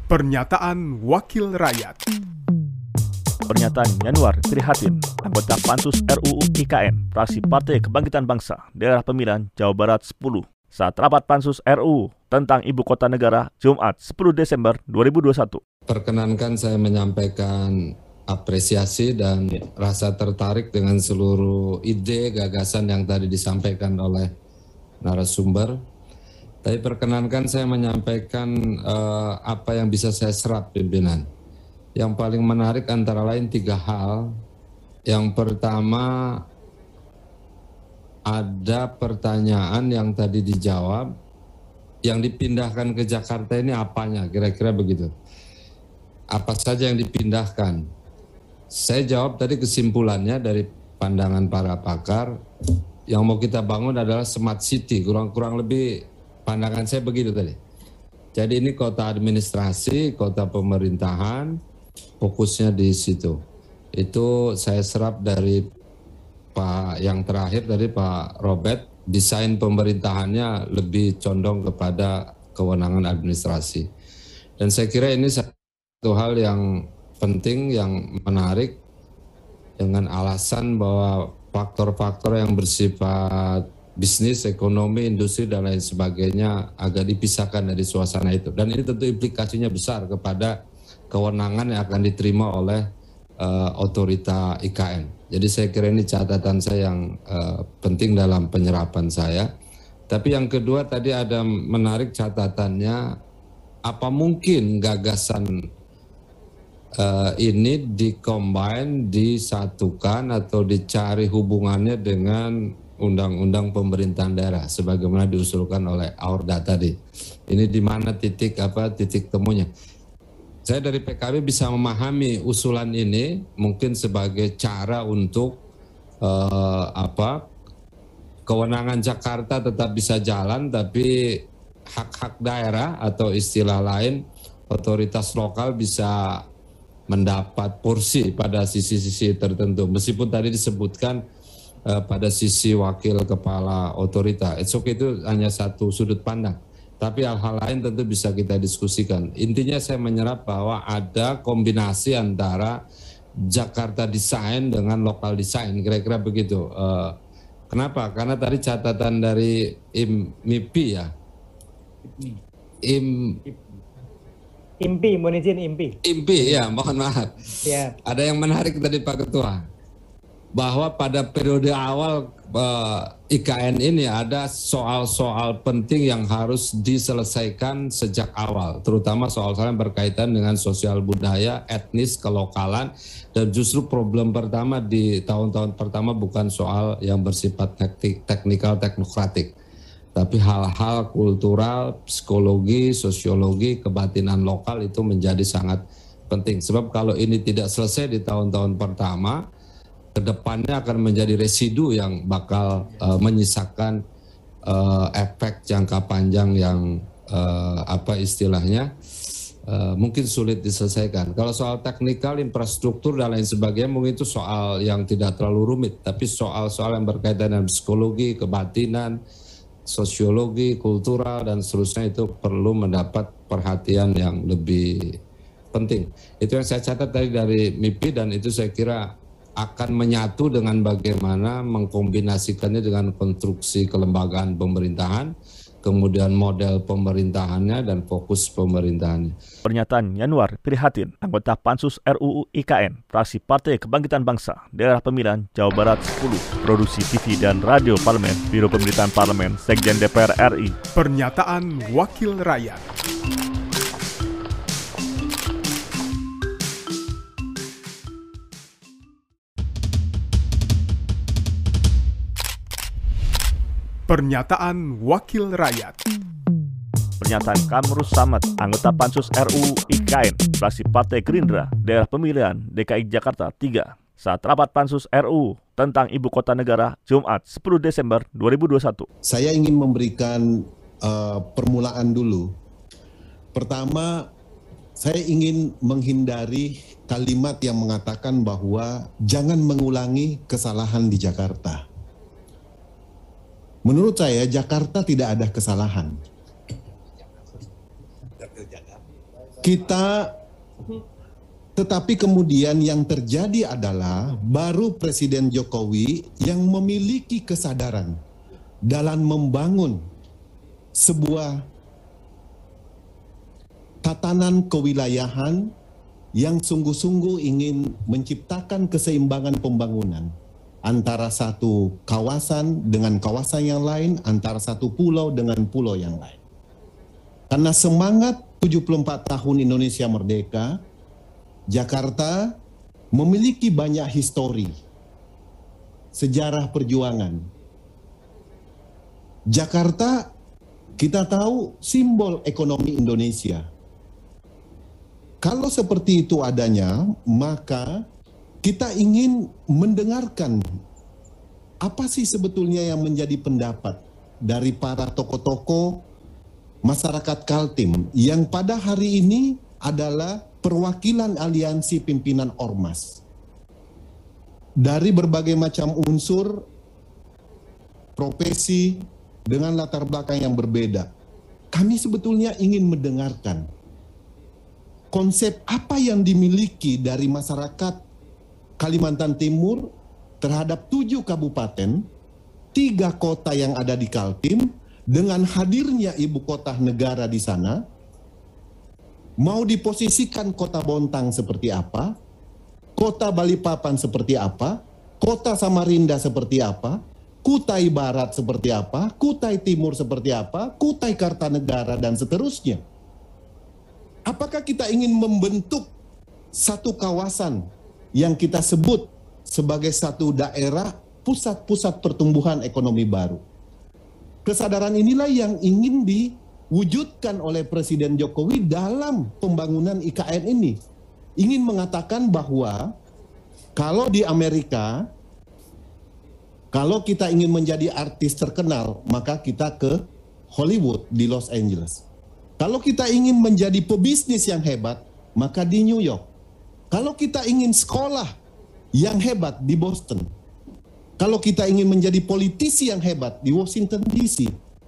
Pernyataan Wakil Rakyat. Pernyataan Yanuar Prihatin, anggota Pansus RUU IKN, fraksi Partai Kebangkitan Bangsa, Daerah Pemilihan Jawa Barat 10, saat rapat Pansus RUU tentang Ibu Kota Negara, Jumat 10 Desember 2021. Perkenankan saya menyampaikan apresiasi dan rasa tertarik dengan seluruh ide, gagasan yang tadi disampaikan oleh narasumber. Tapi perkenankan saya menyampaikan apa yang bisa saya serap pimpinan. Yang paling menarik antara lain 3 hal. Yang pertama, ada pertanyaan yang tadi dijawab, yang dipindahkan ke Jakarta ini apanya, kira-kira begitu. Apa saja yang dipindahkan? Saya jawab tadi kesimpulannya dari pandangan para pakar, yang mau kita bangun adalah smart city, kurang lebih pandangan saya begitu tadi. Jadi ini kota administrasi, kota pemerintahan, fokusnya di situ. Itu saya serap dari Pak yang terakhir dari Pak Robert, desain pemerintahannya lebih condong kepada kewenangan administrasi. Dan saya kira ini satu hal yang penting, yang menarik, dengan alasan bahwa faktor-faktor yang bersifat bisnis, ekonomi, industri, dan lain sebagainya agak dipisahkan dari suasana itu. Dan ini tentu implikasinya besar kepada kewenangan yang akan diterima oleh otorita IKN. Jadi saya kira ini catatan saya yang penting dalam penyerapan saya. Tapi yang kedua tadi ada menarik catatannya, apa mungkin gagasan ini dikombin, disatukan atau dicari hubungannya dengan Undang-Undang Pemerintahan Daerah sebagaimana diusulkan oleh Aorda tadi. Ini di mana titik temunya. Saya dari PKB bisa memahami usulan ini mungkin sebagai cara untuk kewenangan Jakarta tetap bisa jalan, tapi hak-hak daerah atau istilah lain otoritas lokal bisa mendapat porsi pada sisi-sisi tertentu. Meskipun tadi disebutkan pada sisi wakil kepala otorita, itu hanya satu sudut pandang. Tapi hal-hal lain tentu bisa kita diskusikan. Intinya saya menyerap bahwa ada kombinasi antara Jakarta design dengan lokal design, kira-kira begitu. Kenapa? Karena tadi catatan dari MIPI ya. IMPI ya, mohon maaf. Ya. Ada yang menarik tadi Pak Ketua, bahwa pada periode awal IKN ini ada soal-soal penting yang harus diselesaikan sejak awal, terutama soal-soal yang berkaitan dengan sosial budaya, etnis, kelokalan, dan justru problem pertama di tahun-tahun pertama bukan soal yang bersifat teknikal, teknokratik, tapi hal-hal kultural, psikologi, sosiologi, kebatinan lokal itu menjadi sangat penting. Sebab kalau ini tidak selesai di tahun-tahun pertama, kedepannya akan menjadi residu yang bakal menyisakan efek jangka panjang yang mungkin sulit diselesaikan. Kalau soal teknikal, infrastruktur dan lain sebagainya mungkin itu soal yang tidak terlalu rumit, tapi soal-soal yang berkaitan dengan psikologi, kebatinan, sosiologi, kultural dan seterusnya itu perlu mendapat perhatian yang lebih penting. Itu yang saya catat tadi dari MIPI, dan itu saya kira akan menyatu dengan bagaimana mengkombinasikannya dengan konstruksi kelembagaan pemerintahan, kemudian model pemerintahannya dan fokus pemerintahannya. Pernyataan Yanuar Prihatin, anggota Pansus RUU IKN, fraksi Partai Kebangkitan Bangsa, Daerah Pemilihan Jawa Barat 10, Produksi TV dan Radio Parlemen, Biro Pemerintahan Parlemen, Sekjen DPR RI. Pernyataan Wakil Rakyat. Pernyataan Wakil Rakyat. Pernyataan Kamrus Samad, anggota Pansus RUU IKN, fraksi Partai Gerindra, Daerah Pemilihan DKI Jakarta 3, saat rapat Pansus RUU tentang Ibu Kota Negara, Jumat 10 Desember 2021. Saya ingin memberikan permulaan dulu. Pertama, saya ingin menghindari kalimat yang mengatakan bahwa jangan mengulangi kesalahan di Jakarta. Menurut saya, Jakarta tidak ada kesalahan. Tetapi kemudian yang terjadi adalah baru Presiden Jokowi yang memiliki kesadaran dalam membangun sebuah tatanan kewilayahan yang sungguh-sungguh ingin menciptakan keseimbangan pembangunan antara satu kawasan dengan kawasan yang lain, antara satu pulau dengan pulau yang lain. Karena semangat 74 tahun Indonesia Merdeka, Jakarta memiliki banyak histori, sejarah perjuangan. Jakarta kita tahu simbol ekonomi Indonesia. Kalau seperti itu adanya, maka kita ingin mendengarkan apa sih sebetulnya yang menjadi pendapat dari para tokoh-tokoh masyarakat Kaltim yang pada hari ini adalah perwakilan aliansi pimpinan ormas dari berbagai macam unsur, profesi, dengan latar belakang yang berbeda. Kami sebetulnya ingin mendengarkan konsep apa yang dimiliki dari masyarakat Kalimantan Timur terhadap 7 kabupaten, 3 kota yang ada di Kaltim, dengan hadirnya ibu kota negara di sana. Mau diposisikan kota Bontang seperti apa, kota Balikpapan seperti apa, kota Samarinda seperti apa, Kutai Barat seperti apa, Kutai Timur seperti apa, Kutai Kartanegara, dan seterusnya. Apakah kita ingin membentuk satu kawasan yang kita sebut sebagai satu daerah pusat-pusat pertumbuhan ekonomi baru? Kesadaran inilah yang ingin diwujudkan oleh Presiden Jokowi dalam pembangunan IKN ini. Ingin mengatakan bahwa kalau di Amerika, kalau kita ingin menjadi artis terkenal, maka kita ke Hollywood di Los Angeles. Kalau kita ingin menjadi pebisnis yang hebat, maka di New York. Kalau kita ingin sekolah yang hebat di Boston. Kalau kita ingin menjadi politisi yang hebat di Washington DC.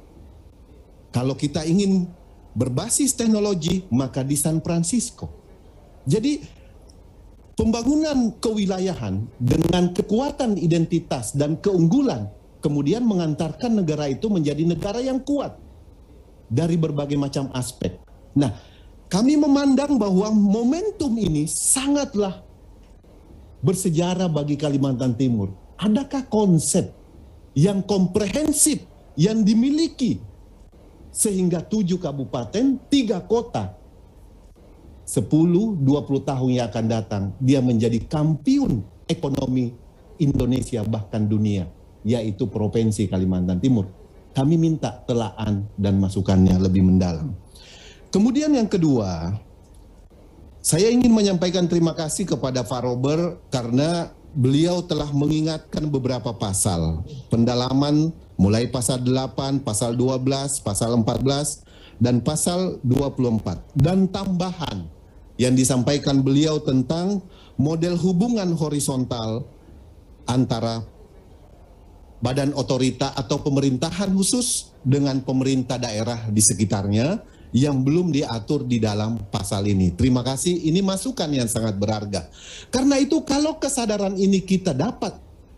Kalau kita ingin berbasis teknologi, maka di San Francisco. Jadi pembangunan kewilayahan dengan kekuatan identitas dan keunggulan kemudian mengantarkan negara itu menjadi negara yang kuat dari berbagai macam aspek. Nah, kami memandang bahwa momentum ini sangatlah bersejarah bagi Kalimantan Timur. Adakah konsep yang komprehensif yang dimiliki sehingga 7 kabupaten, 3 kota, 10-20 tahun yang akan datang, dia menjadi kampiun ekonomi Indonesia bahkan dunia, yaitu Provinsi Kalimantan Timur. Kami minta telaan dan masukannya lebih mendalam. Kemudian yang kedua, saya ingin menyampaikan terima kasih kepada Pak Robert karena beliau telah mengingatkan beberapa pasal. Pendalaman mulai pasal 8, pasal 12, pasal 14, dan pasal 24. Dan tambahan yang disampaikan beliau tentang model hubungan horizontal antara badan otorita atau pemerintahan khusus dengan pemerintah daerah di sekitarnya yang belum diatur di dalam pasal ini. Terima kasih, ini masukan yang sangat berharga. Karena itu kalau kesadaran ini kita dapat,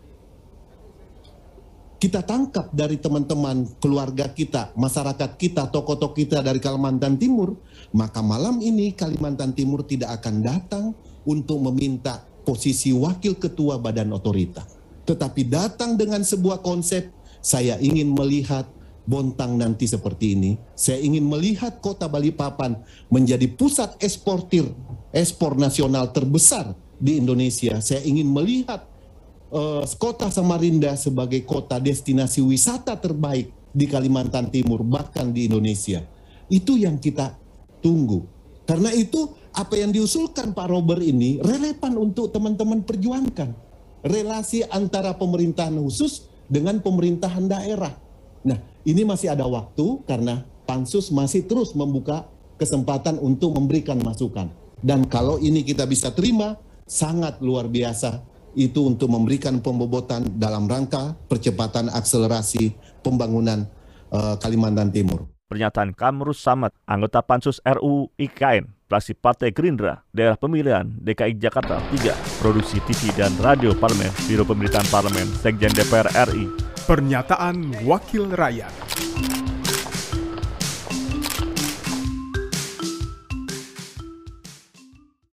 kita tangkap dari teman-teman keluarga kita, masyarakat kita, tokoh-tokoh kita dari Kalimantan Timur, maka malam ini Kalimantan Timur tidak akan datang untuk meminta posisi wakil ketua badan otorita. Tetapi datang dengan sebuah konsep, saya ingin melihat Bontang nanti seperti ini. Saya ingin melihat kota Balikpapan menjadi pusat ekspor nasional terbesar di Indonesia. Saya ingin melihat kota Samarinda sebagai kota destinasi wisata terbaik di Kalimantan Timur, bahkan di Indonesia. Itu yang kita tunggu. Karena itu apa yang diusulkan Pak Robert ini relevan untuk teman-teman perjuangkan. Relasi antara pemerintahan khusus dengan pemerintahan daerah. Nah, ini masih ada waktu karena Pansus masih terus membuka kesempatan untuk memberikan masukan. Dan kalau ini kita bisa terima, sangat luar biasa. Itu untuk memberikan pembobotan dalam rangka percepatan akselerasi pembangunan Kalimantan Timur. Pernyataan Kamrus Samad, anggota Pansus RUU IKN, fraksi Partai Gerindra, Daerah Pemilihan DKI Jakarta 3, Produksi TV dan Radio Parlemen, Biro Pemerintahan Parlemen, Sekjen DPR RI. Pernyataan Wakil Rakyat.